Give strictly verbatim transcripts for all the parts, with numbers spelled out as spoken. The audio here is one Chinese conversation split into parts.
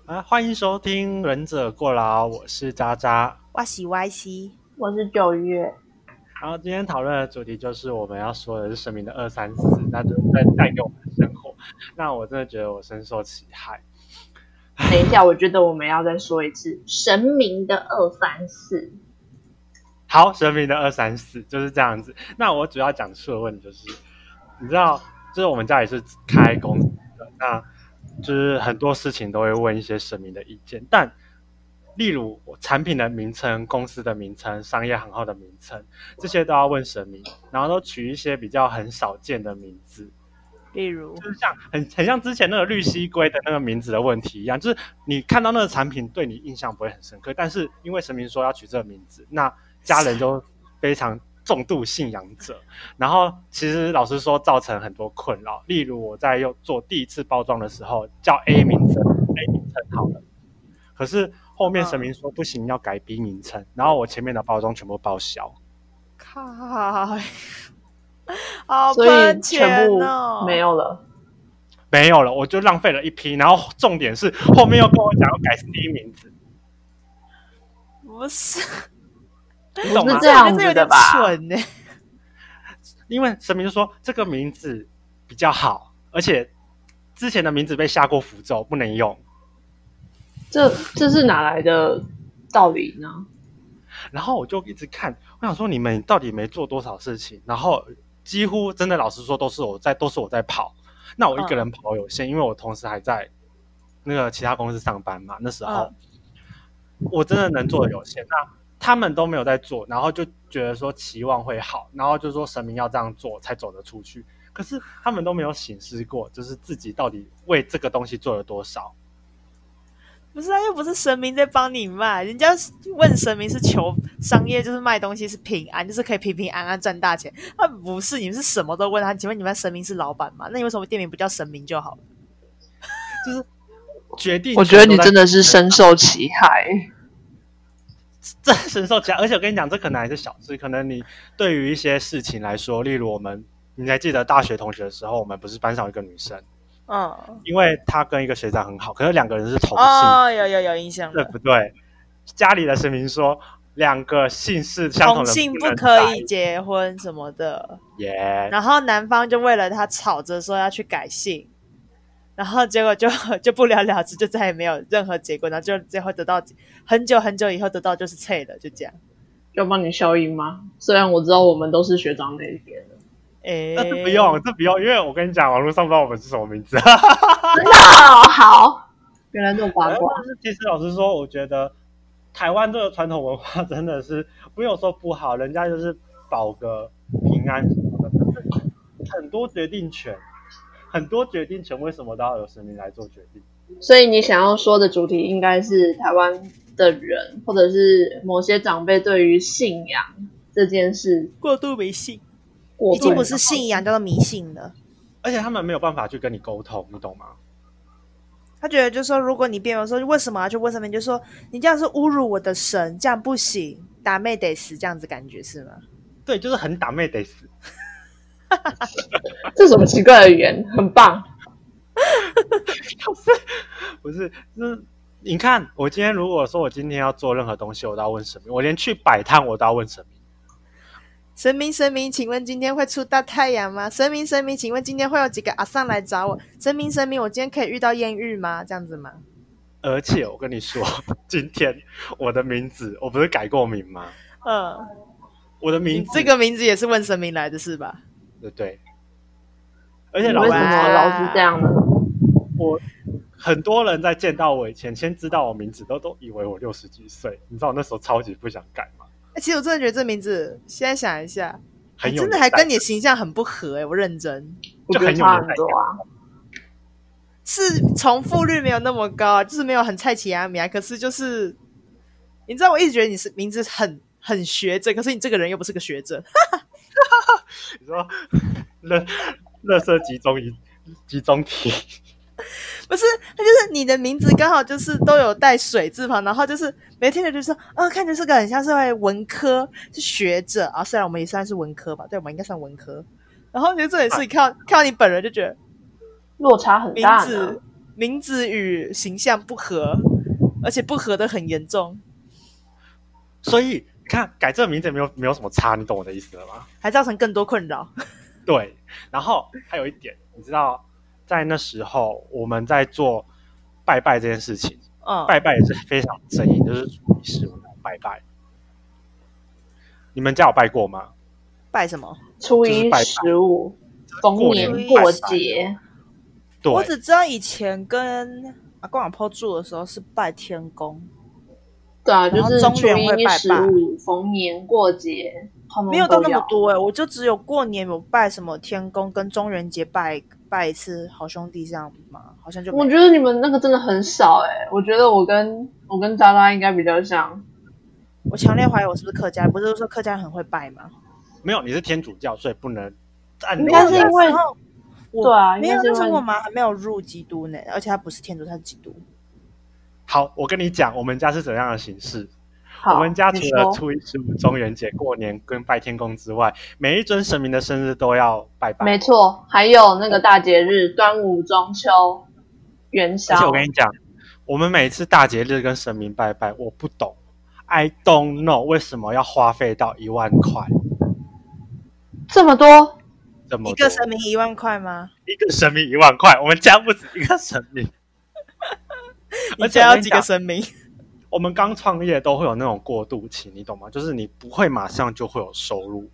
啊，欢迎收听《忍者过劳》，我是渣渣， 我是 Y C， 我是九月。 然后今天讨论的主题就是我们要说的是神明的二三四，那就是在带给我们的生活。那我真的觉得我深受其害。 等一下，我觉得我们要再说一次神明的二三四。 好，神明的二三四就是这样子。那我主要讲述的问题就是，你知道，就是我们家也是开公司的，那就是很多事情都会问一些神明的意见，但例如产品的名称、公司的名称、商业行号的名称，这些都要问神明，然后都取一些比较很少见的名字。 例如就是像很很像之前那个绿蜥龟的那个名字的问题一样，就是你看到那个产品对你印象不会很深刻，但是因为神明说要取这个名字，那家人就非常重度信仰者，然后其实老实说造成很多困扰。例如我在用做第一次包装的时候叫 A 名称 A 名称好了，可是后面神明说不行，要改 B 名称，然后我前面的包装全部报销。 靠，好所以喷全钱部哦！ 没有了。 没有了，我就浪费了一批，然后重点是后面又跟我讲要改 C 名字， 不是， 你懂吗？ 不是这样子的吧？ 蠢欸， 因为神明就说这个名字比较好，而且之前的名字被下过符咒，不能用。 这这是哪来的道理呢？ 然后我就一直看，我想说你们到底没做多少事情，然后几乎真的老实说都是我在都是我在跑。那我一个人跑有限，嗯、因为我同时还在那个其他公司上班嘛。那时候、嗯、我真的能做的有限，那他们都没有在做，然后就觉得说期望会好，然后就说神明要这样做才走得出去。可是他们都没有省思过，就是自己到底为这个东西做了多少。 不是啊，又不是神明在帮你卖，人家问神明是求商业，就是卖东西是平安，就是可以平平安安赚大钱。那不是，你们是什么都问他。请问你们神明是老板吗？那你为什么店名不叫神明就好了？ 就是决定， 我觉得你真的是深受其害， 这深受其害。而且我跟你讲，这可能还是小事，可能你对于一些事情来说，例如我们，你还记得大学同学的时候，我们不是班上有一个女生。嗯，因为他跟一个学长很好，可是两个人是同姓， 哦，有有有印象， 对不对？家里的神明说，两个姓氏相同的同姓不可以结婚什么的，耶、yeah 。然后男方就为了他吵着说要去改姓，然后结果就就不了了之，就再也没有任何结果，然后就最后得到很久很久以后得到就是脆了，就这样。 要帮你消音吗？虽然我知道我们都是学长那一边的。 欸、但是不用，这不用，因为我跟你讲，网络上不知道我们是什么名字。真的哦，好，原来这么八卦。 其实老实说，我觉得台湾这个传统文化真的是不用说不好，人家就是保个平安什么的。可是很多决定权，很多决定权为什么都要有神明来做决定？ 所以你想要说的主题应该是台湾的人，或者是某些长辈对于信仰这件事过度迷信。已经不是信仰，叫做迷信了。 而且他们没有办法去跟你沟通，你懂吗？ 他觉得就是说，如果你辩论说为什么要去问神明，就说你这样是侮辱我的神，这样不行，打妹得死，这样子感觉是吗？ 对，就是很打妹得死。 这什么奇怪的语言？很棒。 就是不是？就是你看，我今天如果说我今天要做任何东西，我都要问神明；我连去摆摊我都要问神明。 神明神明，请问今天会出大太阳吗？神明神明，请问今天会有几个阿桑来找我？神明神明，我今天可以遇到艳遇吗？这样子吗？ 而且我跟你说，今天我的名字我不是改过名吗？嗯，我的名字这个名字也是问神明来的是吧？ 对对。而且老为什么老是这样呢？ 我很多人在见到我以前，先知道我名字都都以为我六十几岁，你知道我那时候超级不想改吗？ 其实我真的觉得这名字，现在想一下， 很有真的还跟你的形象很不合哎、欸，我认真， 就很有差很多啊。 是重复率没有那么高，就是没有很菜奇阿米啊，可是就是你知道，我一直觉得你是名字很很学者，可是你这个人又不是个学者。 你说垃垃圾集中集中体。 不是，他就是你的名字刚好就是都有带水字旁，然后就是每天就说，嗯，看着是个很像是会文科，是学者啊。虽然我们也算是文科吧，对，我们应该算文科。然后就这也是看到看到你本人就觉得落差很大， 名字名字与形象不合，而且不合的很严重。 所以你看，改这个名字也没有没有什么差，你懂我的意思了吗？ 还造成更多困扰。 对，然后还有一点，你知道，在那时候我们在做拜拜这件事情，嗯，拜拜也是非常争议，就是初一十五拜拜。你们家有拜过吗？ 拜什么？ 初一十五，逢年过节。 对， 我只知道以前跟阿公阿婆住的时候是拜天公。 对啊，就是初一十五逢年过节， 没有到那么多哎、欸，我就只有过年有拜什么天公，跟中元节拜拜一次好兄弟这样嘛，好像就我觉得你们那个真的很少哎、欸，我觉得我跟我跟渣渣应该比较像。 我强烈怀疑我是不是客家人，不是说客家人很会拜吗？ 没有，你是天主教，所以不能按。 应该是因为对啊， 没有，那时候我妈还没有入基督呢，而且她不是天主，她是基督。 好，我跟你讲，我们家是怎样的形式？我们家除了初一十五、中元节、过年跟拜天公之外，每一尊神明的生日都要拜拜。 没错，还有那个大节日，端午、中秋、元宵。 而且我跟你讲，我们每次大节日跟神明拜拜，我不懂 ，I don't know 为什么要花费到一万块， 这么多， 这么多， 一个神明一万块吗？ 一个神明一万块，我们家不止一个神明。 你家有几个神明？ 我们刚创业都会有那种过渡期，你懂吗？就是你不会马上就会有收入，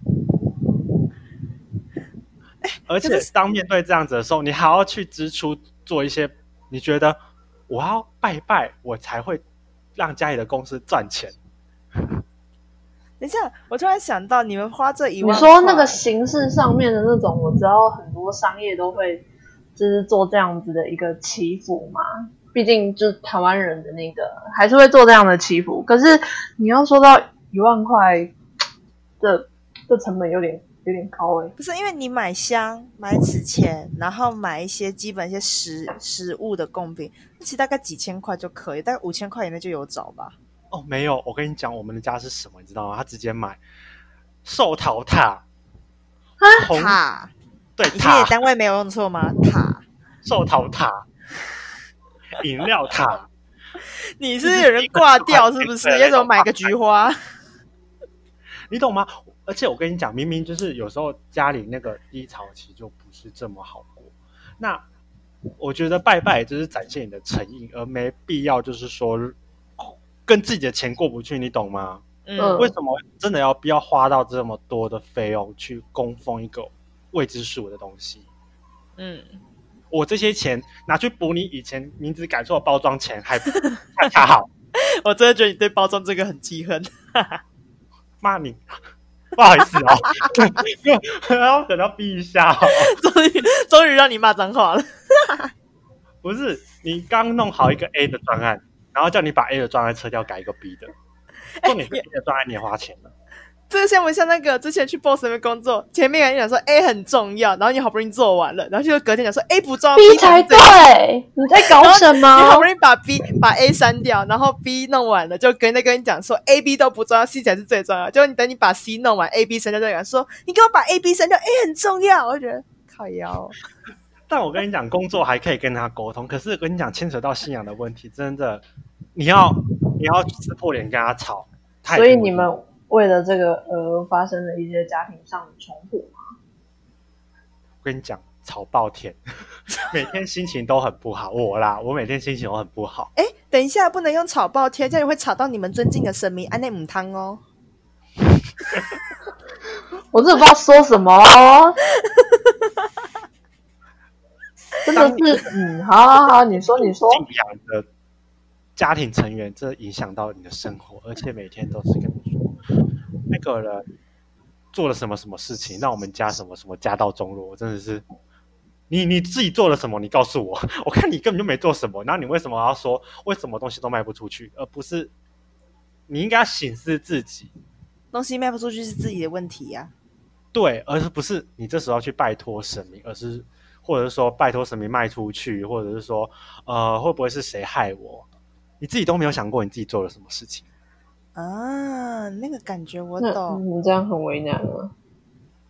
而且当面对这样子的时候，你还要去支出做一些你觉得我要拜拜我才会让家里的公司赚钱。 等一下，我突然想到，你们花这一万， 你说那个形式上面的那种，我知道很多商业都会就是做这样子的一个祈福嘛。毕竟就是台湾人的那个还是会做这样的祈福，可是你要说到一万块，这这成本有点有点高哎、欸。 不是因为你买香、买纸钱，然后买一些基本一些食食物的贡品，其实大概几千块就可以，大概五千块以内就有找吧。 哦，没有，我跟你讲，我们的家是什么，你知道吗？他直接买寿桃塔啊，塔， 对， 你企业单位没有用错吗？塔， 寿桃塔。饮料塔， 你是有人挂掉是不是？要怎么买个菊花？ 你懂吗？而且我跟你讲，明明就是有时候家里那个低潮期就不是这么好过。那我觉得拜拜就是展现你的诚意，而没必要就是说跟自己的钱过不去，你懂吗？嗯，为什么真的要必要花到这么多的费用去供奉一个未知数的东西？嗯。我这些钱拿去补你以前名字改错的包装钱还还差好。 我真的觉得你对包装这个很记恨。 骂你，不好意思哦，然后可能要逼一下哦。 终于终于让你骂脏话了。 不是，你刚弄好一个 A 的专案，然后叫你把 A 的专案撤掉，改一个 B 的。重点是 B 的专案你也花钱了。 这个像不像那个之前去 Boss 那边工作，前面跟你讲说 A 很重要，然后你好不容易做完了，然后就隔天讲说 A 不重要 ，B 才对，你在搞什么？ 你好不容易把 B 把 A 删掉，然后 B 弄完了，就隔天跟你讲说 A、B 都不重要 ，C 才是最重要。结果你等你把 C 弄完 ，A、B 删掉，就讲说你给我把 A、B 删掉 ，A 很重要。我就觉得靠腰。 但我跟你讲，工作还可以跟他沟通，可是跟你讲牵扯到信仰的问题，真的你要你要撕破脸跟他吵。 所以你们为了这个而发生了一些家庭上的冲突吗？ 我跟你讲，吵爆天，每天心情都很不好。我啦，我每天心情都很不好。 哎，等一下，不能用吵爆天，这样会吵到你们尊敬的神明安内母汤哦。 我真的不知道说什么哦。真的是，嗯，好好好，你说你说。 信仰的家庭成员，这影响到你的生活，而且每天都是跟你说那个人做了什么什么事情，让我们家什么什么家道中落。我真的是，你你自己做了什么？你告诉我，我看你根本就没做什么，然后你为什么要说为什么东西都卖不出去，而不是你应该省思自己， 东西卖不出去是自己的问题呀、啊。 对，而不是你这时候去拜托神明，而是或者是说拜托神明卖出去，或者是说呃会不会是谁害我？你自己都没有想过你自己做了什么事情啊？那个感觉我懂。 你这样很为难啊。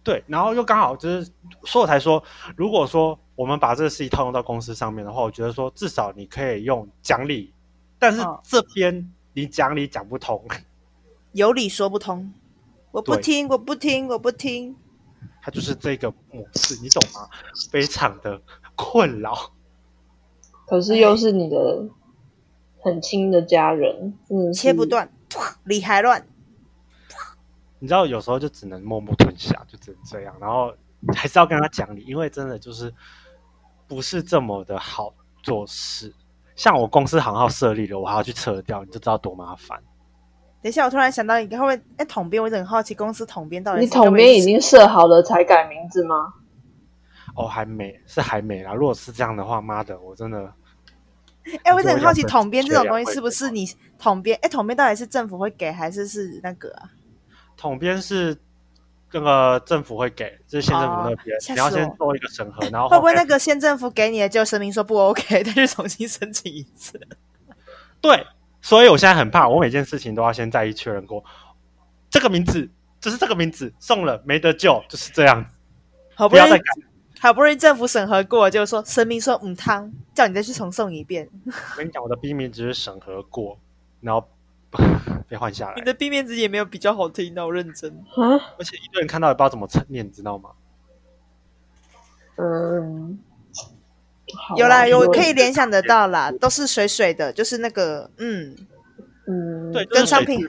对，然后又刚好就是，所以我才说，如果说我们把这个事情套用到公司上面的话，我觉得说至少你可以用讲理，但是这边你讲理讲不通， 有理说不通，我不听，我不听，我不听， 它就是这个模式，你懂吗？非常的困扰。 可是又是你的很亲的家人，真的是切不断，理还乱。 你知道有时候就只能默默吞下，就只能这样，然后还是要跟他讲理，因为真的就是不是这么的好做事。像我公司行号设立了，我还要去撤掉，你就知道多麻烦。 等一下，我突然想到，你会不会哎统编？我一直很好奇，公司统编到底是你统编已经设好了才改名字吗？ 哦，还没，是还没啦。如果是这样的话，妈的，我真的。 哎，我一直很好奇，统编这种东西是不是你统编？哎，统编到底是政府会给，还是是那个啊？ 统编是那个政府会给，就是县政府那边，哦、你要先做一个审核，然后会不会那个县政府给你的就声明说不 OK， 再去重新申请一次？ 对，所以我现在很怕，我每件事情都要先再一确认过，这个名字就是这个名字，送了没得救，就是这样子， 好不容易不要再改。好不容易政府审核过，就说声明说嗯汤，叫你再去重送一遍。 我跟你讲，我的 B 面只是审核过，然后被换下来。 你的 B 面子也没有比较好听的，我认真。 啊！ 而且一堆人看到也不知道怎么念，知道吗？ 嗯， 有啦，有可以联想得到啦，都是水水的，就是那个嗯嗯， 对， 跟商品。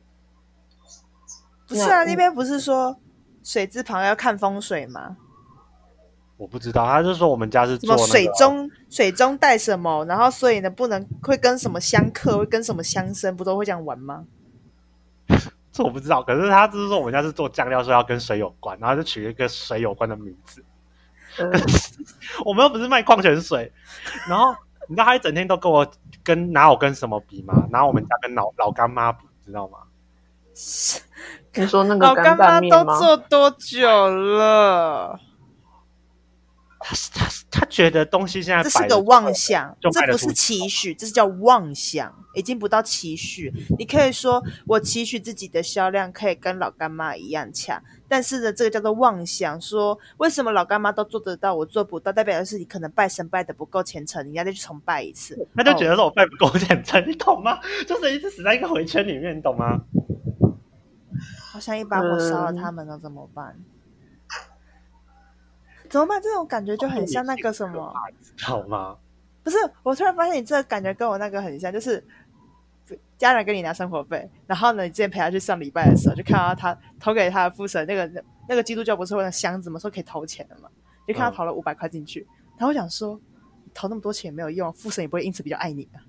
不是啊，那边不是说水字旁要看风水吗？ 我不知道，他就说我们家是做、那个、 什么水中水中带什么，然后所以呢不能会跟什么相克，会跟什么相生，不都会这样玩吗？ 这我不知道，可是他就是说我们家是做酱料，说要跟水有关，然后就取了一个水有关的名字。嗯、我们又不是卖矿泉水，然后你知道他一整天都跟我跟拿我跟什么比吗？拿我们家跟老老干妈比，知道吗？ 你说那个干拌面吗？ 老干妈都做多久了？ 他他他觉得东西现在这是个妄想，这不是期许，这是叫妄想，已经不到期许。你可以说我期许自己的销量可以跟老干妈一样强，但是呢，这个叫做妄想。说为什么老干妈都做得到，我做不到，代表的是你可能拜神拜的不够虔诚，你要再去重拜一次。 他就觉得说我拜不够虔诚，你懂吗？就是一直死在一个回圈里面，你懂吗？ 好像一把火烧了他们了，怎么办？怎么办？这种感觉就很像那个什么， 知道吗？ 不是，我突然发现你这个感觉跟我那个很像，就是家人跟你拿生活费，然后呢，你之前陪他去上礼拜的时候，就看到他投给他的父神那个那个基督教不是会有箱子吗？说可以投钱的嘛，就看他投了五百块进去，嗯、然后我想说，投那么多钱也没有用，父神也不会因此比较爱你啊。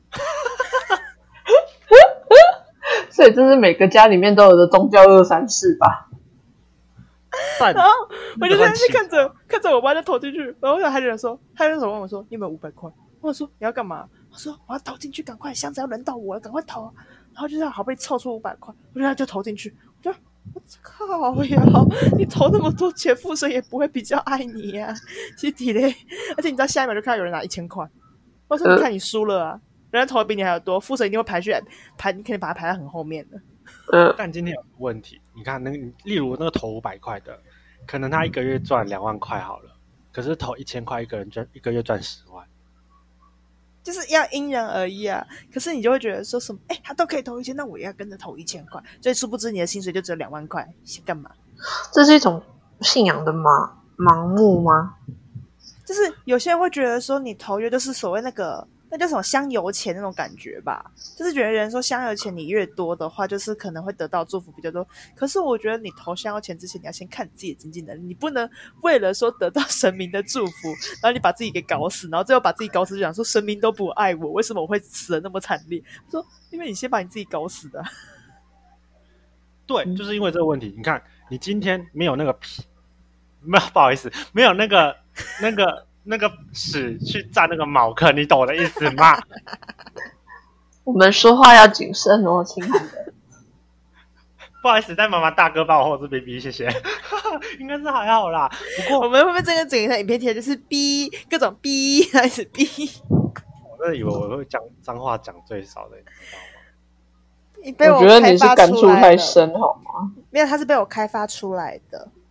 所以这是每个家里面都有的宗教二三事吧。 然后我就在那边看着看着我妈就投进去，然后还有人说，还有人问我说：“你有没有五百块？”我说：“你要干嘛？”我说：“我要投进去，赶快箱子要轮到我了，赶快投。”然后就这样好不容易凑出五百块，我就就投进去。我就我靠呀！你投那么多钱，父神也不会比较爱你呀、啊，是的嘞。而且你知道下一秒就看到有人拿一千块，我说：“你看你输了啊！”人家投的比你还要多，父神一定会排序排，你肯定把它排在很后面的。 嗯，但今天有个问题，你看那个，例如那个投五百块的，可能他一个月赚两万块好了，可是投一千块，一个人赚一个月赚十万， 就是要因人而异啊。可是你就会觉得说什么，哎，他都可以投一千，那我也要跟着投一千块，所以殊不知你的薪水就只有两万块，干嘛？ 这是一种信仰的盲盲目吗？ 就是有些人会觉得说，你投越就是所谓那个。那叫什么香油钱那种感觉吧，就是觉得人说香油钱你越多的话，就是可能会得到祝福比较多。可是我觉得你投香油钱之前，你要先看自己的经济能力，你不能为了说得到神明的祝福，然后你把自己给搞死，然后最后把自己搞死，就讲说神明都不爱我，为什么我会死得那么惨烈？说因为你先把你自己搞死的。 对，就是因为这个问题。你看，你今天没有那个皮，没有不好意思，没有那个那个。那个屎去占那个茅坑，你懂我的意思吗？ 我们说话要谨慎哦，亲爱的。 不好意思，但妈妈大哥把我后置逼逼，谢谢。应该是还好啦。不过我们会不会这个整个影片贴就是逼各种逼还是逼？ 我真的以为我会讲脏话讲最少的，你知道吗？ 你被我觉得你是感触太深好吗？ 没有，他是被我开发出来的。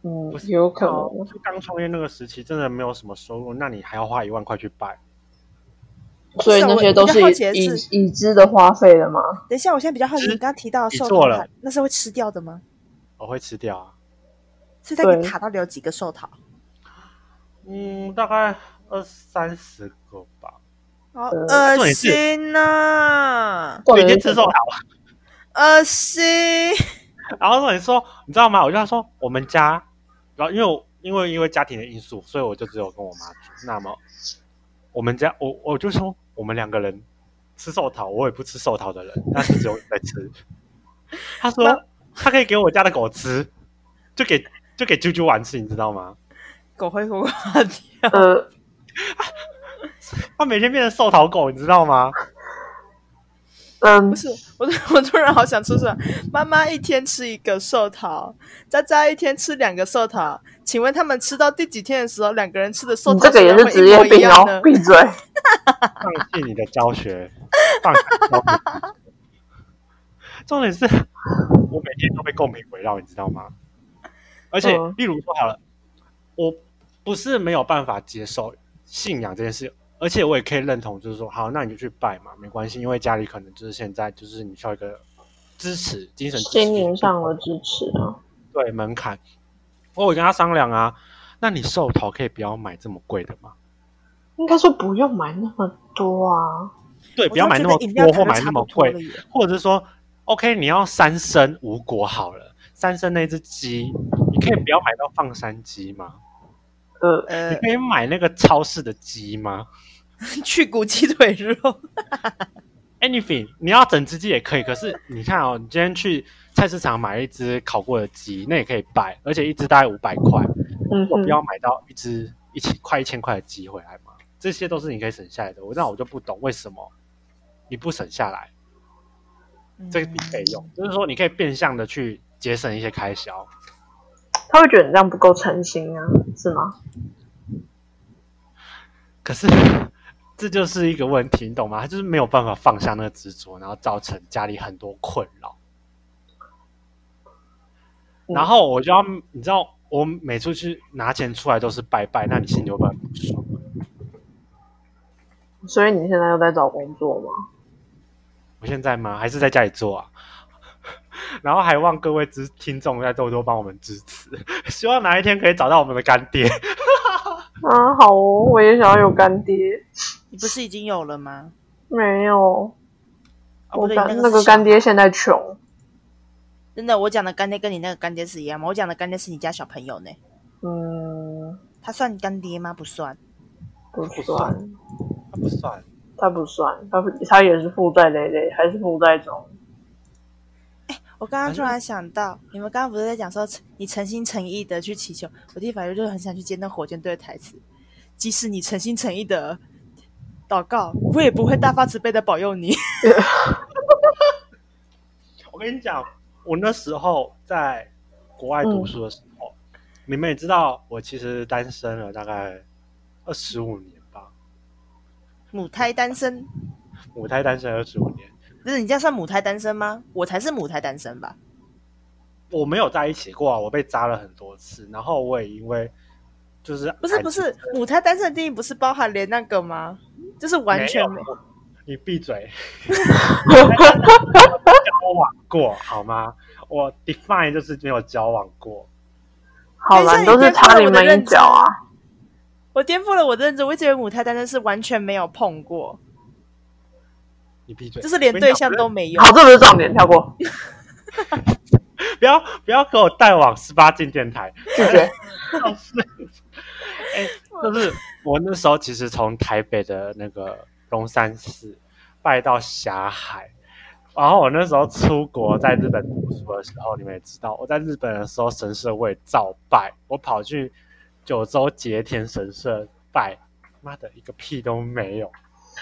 嗯，有可能。 就刚创业那个时期，真的没有什么收入，那你还要花一万块去拜， 所以那些都是已已知的花费了吗？ 等一下，我现在比较好奇，你刚刚提到的寿桃塔，那是会吃掉的吗？ 我会吃掉啊。 所以在你塔到底有几个寿桃？ 嗯，大概二三十个吧。 好恶心啊！ 每天吃寿桃， 恶心。 然后你说，你知道吗？我就说我们家，然后因为我因为因为家庭的因素，所以我就只有跟我妈住。那么我们家，我我就说我们两个人吃寿桃，我也不吃寿桃的人，但是只有你在吃。他说他可以给我家的狗吃，就给就给啾啾玩吃，你知道吗？ 狗会活化掉。 呃， 他每天变成寿桃狗，你知道吗？ 嗯， 不是，我我突然好想吃出来。妈妈一天吃一个寿桃，渣渣一天吃两个寿桃。请问他们吃到第几天的时候，两个人吃的寿桃这个也是职业病哦！闭嘴！ 放弃你的教学，放弃教学。重点是我每天都被共鸣围绕，你知道吗？而且，嗯、例如说好了，我不是没有办法接受信仰这件事。而且我也可以认同，就是说，好，那你就去拜嘛，没关系，因为家里可能就是现在就是你需要一个支持，精神支持心灵上的支持啊。 对，门槛。我有跟他商量啊，那你寿桃可以不要买这么贵的吗？ 应该说不用买那么多啊。 对，不要买那么多或买那么贵，或者是说 ，OK， 你要三升无果好了，三升那只鸡，你可以不要买到放山鸡吗？呃，你可以买那个超市的鸡吗？ 去骨鸡腿肉 ，anything， 你要整只鸡也可以。可是你看哦，你今天去菜市场买一只烤过的鸡，那也可以拜，而且一只大概五百块。嗯，我不要买到一只一千快一千块的鸡回来嘛？这些都是你可以省下来的。我那我就不懂为什么你不省下来这笔费用，就是说你可以变相的去节省一些开销。 他会觉得你这样不够诚心啊，是吗？ 可是这就是一个问题，你懂吗？他就是没有办法放下那个执着，然后造成家里很多困扰。嗯、然后我就要，你知道，我每次去拿钱出来都是拜拜，那你心里会不会很不爽？ 所以你现在又在找工作吗？ 我现在吗？还是在家里做啊？然后还望各位支听众再多多帮我们支持，希望哪一天可以找到我们的干爹。 啊，好哦，我也想要有干爹。 你不是已经有了吗？ 没有， 哦、 我干那个干爹现在穷。 真的，我讲的干爹跟你那个干爹是一样吗？我讲的干爹是你家小朋友呢。 嗯， 他算干爹吗？不算， 不算， 他不算， 他不算，他他也是负债累累，还是负债中。 我刚刚突然想到，你们刚刚不是在讲说你诚心诚意的去祈求，我第一反应就很想去接那火箭队的台词，即使你诚心诚意的祷告，我也不会大发慈悲的保佑你。 我跟你讲，我那时候在国外读书的时候，嗯、你们也知道，我其实单身了大概二十五年吧。 母胎单身， 母胎单身二十五年。 不是你这样算母胎单身吗？我才是母胎单身吧。 我没有在一起过啊，我被扎了很多次，然后我也因为就是不是不是母胎单身的定义不是包含连那个吗？就是完全没有。 你闭嘴！交往过好吗？我 define 就是没有交往过。 好啦，都是差你们一脚啊！ 我颠覆了我的认知，我一直以为母胎单身是完全没有碰过。 你闭嘴！ 就是连对象都没有。 好，这不是重点，跳过。 不要不要给我带往十八禁电台， 拒绝。 哎，就是我那时候其实从台北的那个龙山寺拜到霞海，然后我那时候出国在日本读书的时候，你们也知道，我在日本的时候神社我也照拜，我跑去九州结田神社拜，妈的一个屁都没有。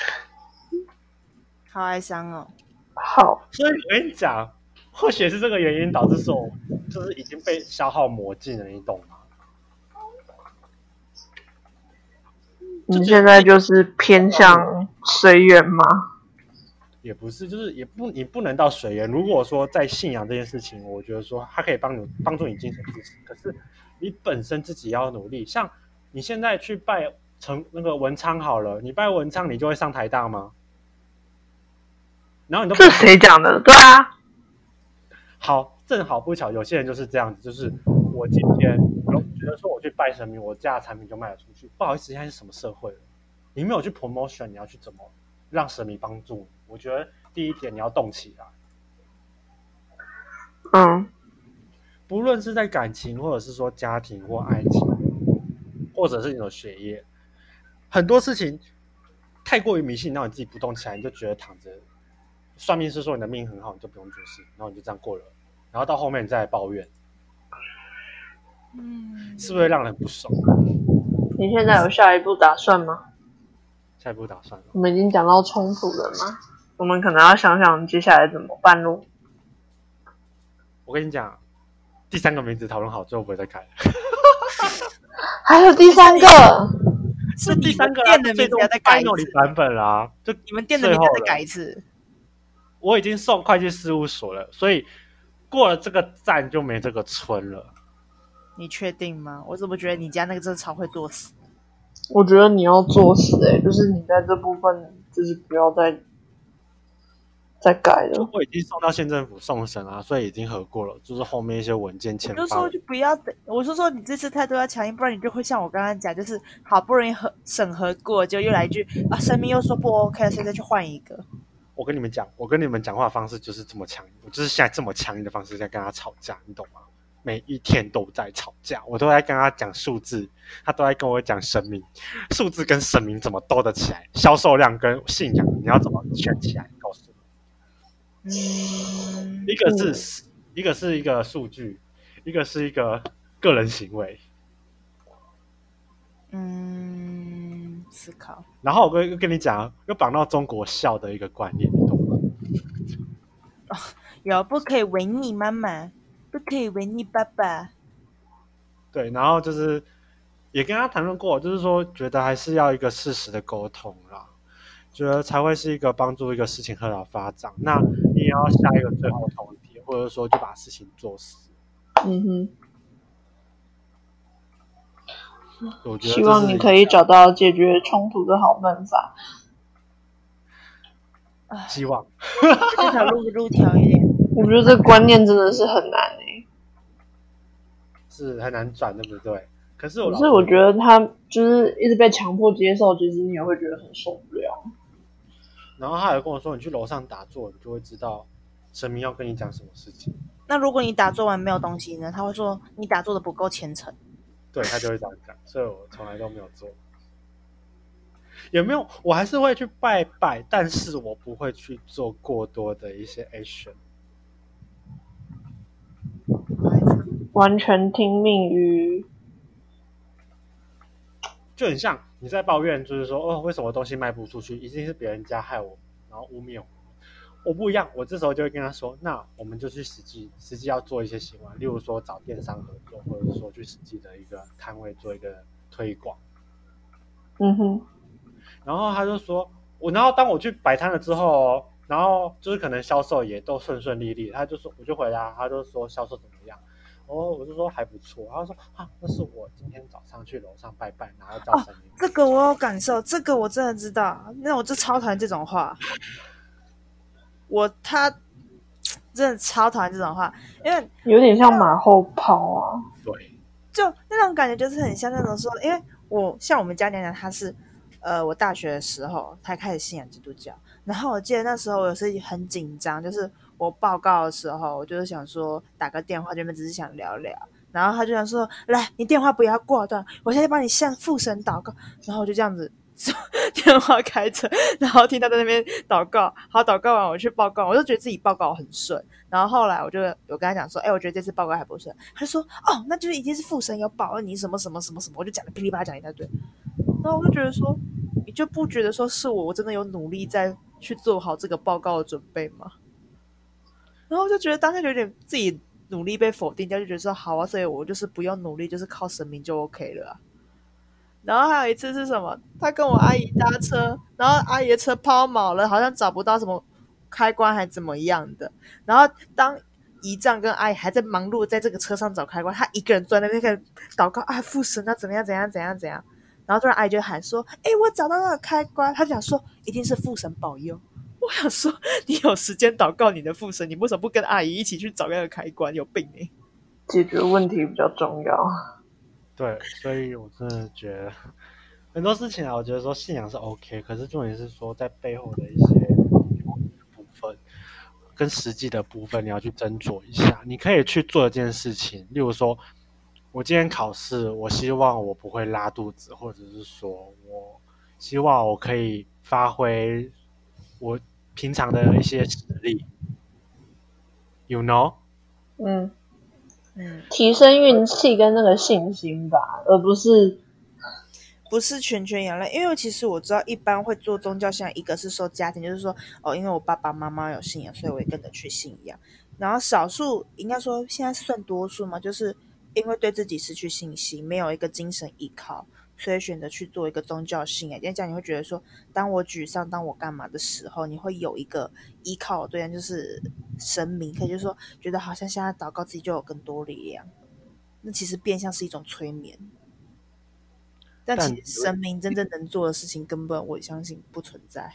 好哀伤哦。 好， 所以我跟你讲，或许是这个原因导致说，就是已经被消耗磨尽了，你懂吗？ 你现在就是偏向随缘吗？ 也不是，就是也不你不能到随缘。如果说在信仰这件事情，我觉得说它可以帮你帮助你精神支持，可是你本身自己要努力。像你现在去拜成那个文昌好了，你拜文昌，你就会上台大吗？然后你都这谁讲的？对啊。 好，正好不巧，有些人就是这样子，就是我今天我觉得说我去拜神明，我家的产品就卖得出去。不好意思，现在是什么社会了？你没有去 promotion， 你要去怎么让神明帮助你？我觉得第一点你要动起来。 嗯， 不论是在感情，或者是说家庭或爱情，或者是你的学业，很多事情太过于迷信，让你自己不动起来，你就觉得躺着。算命师说你的命很好，你就不用做事，然后你就这样过了，然后到后面你再来抱怨，嗯，是不是让人不爽？ 你现在有下一步打算吗？ 下一步打算了， 我们已经讲到冲突了吗？我们可能要想想接下来怎么办咯。 我跟你讲，第三个名字讨论好，最后不会再改了。 还有第三个， 是第三个店的名字要再改一次版本啦，就你们店的名字再改一次。 我已经送会计事务所了，所以过了这个站就没这个村了。 你确定吗？我怎么觉得你家那个真的超会作死？ 我觉得你要作死哎、欸，就是你在这部分就是不要再再改了。 我已经送到县政府送审啊，所以已经核过了，就是后面一些文件签发。 我就说就不要等，我是说你这次态度要强硬，不然你就会像我刚刚讲，就是好不容易核审核过，就又来一句啊，神明又说不 OK 了，所以再去换一个。 我跟你们讲，我跟你们讲话的方式就是这么强硬，我就是现在这么强硬的方式在跟他吵架，你懂吗？每一天都在吵架，我都在跟他讲数字，他都在跟我讲神明，数字跟神明怎么斗得起来？销售量跟信仰你要怎么圈起来？告诉我。嗯，一个是、嗯、一个是一个数据，一个是一个个人行为。 嗯，思考。 然后我跟跟你讲，又绑到中国孝的一个观念，你懂吗？ 哦，有不可以违逆妈妈，不可以违逆爸爸。 对，然后就是也跟他谈论过，就是说觉得还是要一个事实的沟通啦，觉得才会是一个帮助一个事情很好发展。那你也要下一个最后通牒，或者说就把事情做死。 嗯哼。 我觉得希望你可以找到解决冲突的好办法。 希望这条路路条一点。 我觉得这观念真的是很难欸， 是很难转，对不对？可是我可是我觉得他就是一直被强迫接受，其实你也会觉得很受不了。 然后他还跟我说，你去楼上打坐，你就会知道神明要跟你讲什么事情。 那如果你打坐完没有东西呢？他会说你打坐的不够虔诚。 对，他就会这样讲，所以我从来都没有做。有没有？我还是会去拜拜，但是我不会去做过多的一些 action。 完全听命于， 就很像你在抱怨，就是说哦，为什么东西卖不出去？一定是别人家害我，然后污蔑我。我不一样，我这时候就会跟他说，那我们就去实际实际要做一些行为，例如说找电商合作，或者是说去实际的一个摊位做一个推广。 嗯哼。 然后他就说，我然后当我去摆摊了之后，然后就是可能销售也都顺顺利利，他就说，我就回答，他就说销售怎么样？哦，我就说还不错。他说啊，那是我今天早上去楼上拜拜，然后叫神明。 哦，这个我有感受，这个我真的知道。那我就超讨厌这种话。我他真的超讨厌这种话，因为有点像马后炮啊。 对， 就那种感觉就是很像那种说，因为我像我们家娘娘，她是呃，我大学的时候她开始信仰基督教，然后我记得那时候我是很紧张，就是我报告的时候，我就是想说打个电话，原本只是想聊聊，然后他就想说，来，你电话不要挂断，我现在帮你向父神祷告，然后我就这样子。电话开着，然后听他在那边祷告，好，祷告完我去报告，我就觉得自己报告很顺，然后后来我就有跟他讲说，哎、欸，我觉得这次报告还不顺，他就说，哦，那就是一定是父神有保佑你什么什么什么什么，我就讲的噼里啪啦讲一大堆，然后我就觉得说，你就不觉得说是我我真的有努力在去做好这个报告的准备吗？然后我就觉得当下有点自己努力被否定掉，就觉得说好啊，所以我就是不用努力，就是靠神明就 OK 了啊。然后还有一次是什么？他跟我阿姨搭车，然后阿姨的车抛锚了，好像找不到什么开关还怎么样的。然后当姨丈跟阿姨还在忙碌在这个车上找开关，他一个人坐在那边祷告啊，父神啊，怎么样怎样怎样怎样。然后突然阿姨就喊说：“哎，我找到那个开关。”他就想说：“一定是父神保佑。”我想说，你有时间祷告你的父神，你为什么不跟阿姨一起去找那个开关？有病哎！ 解决问题比较重要。 对，所以我真的觉得很多事情啊，我觉得说信仰是 OK， 可是重点是说在背后的一些部分跟实际的部分，你要去斟酌一下。你可以去做一件事情，例如说，我今天考试，我希望我不会拉肚子，或者是说我希望我可以发挥我平常的一些实力 ，you know， 嗯嗯， 提升运气跟那个信心吧，而不是不是全权仰赖。因为其实我知道，一般会做宗教信仰，一个是说家庭，就是说哦，因为我爸爸妈妈有信仰，所以我也跟着去信仰。然后少数应该说现在是算多数嘛，就是因为对自己失去信心，没有一个精神依靠，所以选择去做一个宗教信仰。因为这样你会觉得说，当我沮丧，当我干嘛的时候，你会有一个依靠的对象，就是神明，可以就是说觉得好像现在祷告自己就有更多力量。那其实变相是一种催眠。但其实神明真正能做的事情，根本我相信不存在。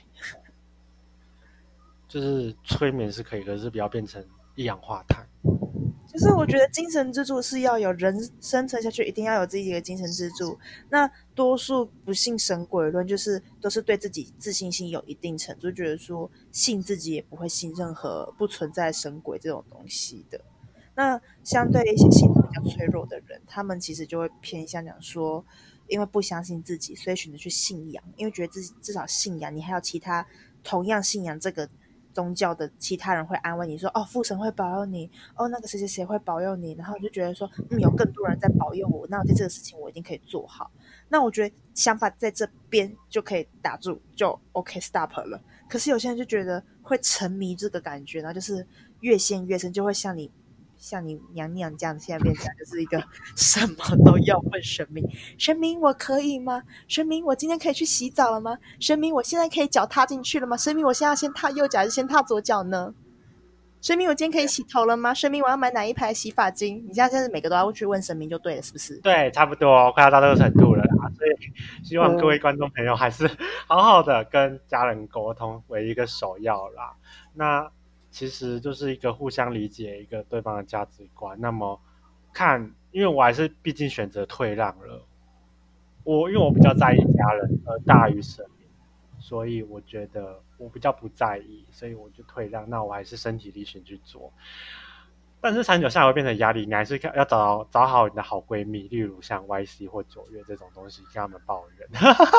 就是催眠是可以，可是不要变成一氧化碳。 就是我觉得精神支柱是要有人生存下去，一定要有自己的精神支柱。那多数不信神鬼论，就是都是对自己自信心有一定程度，觉得说信自己也不会信任何不存在神鬼这种东西的。那相对一些心理比较脆弱的人，他们其实就会偏向讲说，因为不相信自己，所以选择去信仰，因为觉得自己至少信仰，你还有其他同样信仰这个宗教的其他人会安慰你说，哦，父神会保佑你，哦，那个谁谁谁会保佑你，然后你就觉得说，嗯，有更多人在保佑我，那我对这个事情我一定可以做好。那我觉得想法在这边就可以打住，就 OK stop 了。可是有些人就觉得会沉迷这个感觉，然后就是越陷越深，就会像你。像你娘娘这样，现在变成就是一个什么都要问神明。神明，我可以吗？神明，我今天可以去洗澡了吗？神明，我现在可以脚踏进去了吗？神明，我现在要先踏右脚还是先踏左脚呢？神明，我今天可以洗头了吗？神明，我要买哪一排洗发精？你现在就是每个都要去问神明就对了，是不是？ 对，差不多快要到这个程度了啦，所以希望各位观众朋友还是好好的跟家人沟通为一个首要啦。那其实就是一个互相理解一个对方的价值观。那么看，因为我还是毕竟选择退让了，我因为我比较在意家人而大于神明，所以我觉得我比较不在意，所以我就退让。那我还是身体力行去做。但是长久下来会变成压力，你还是要找找好你的好闺蜜，例如像 Y C 或九月这种东西，跟他们抱怨。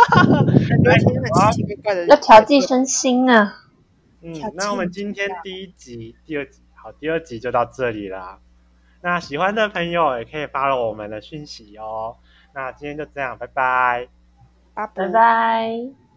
要调剂身心啊。 嗯，那我们今天第一集、第二集，好，第二集就到这里啦。那喜欢的朋友也可以 follow 我们的讯息哦。那今天就这样，拜拜， 拜拜。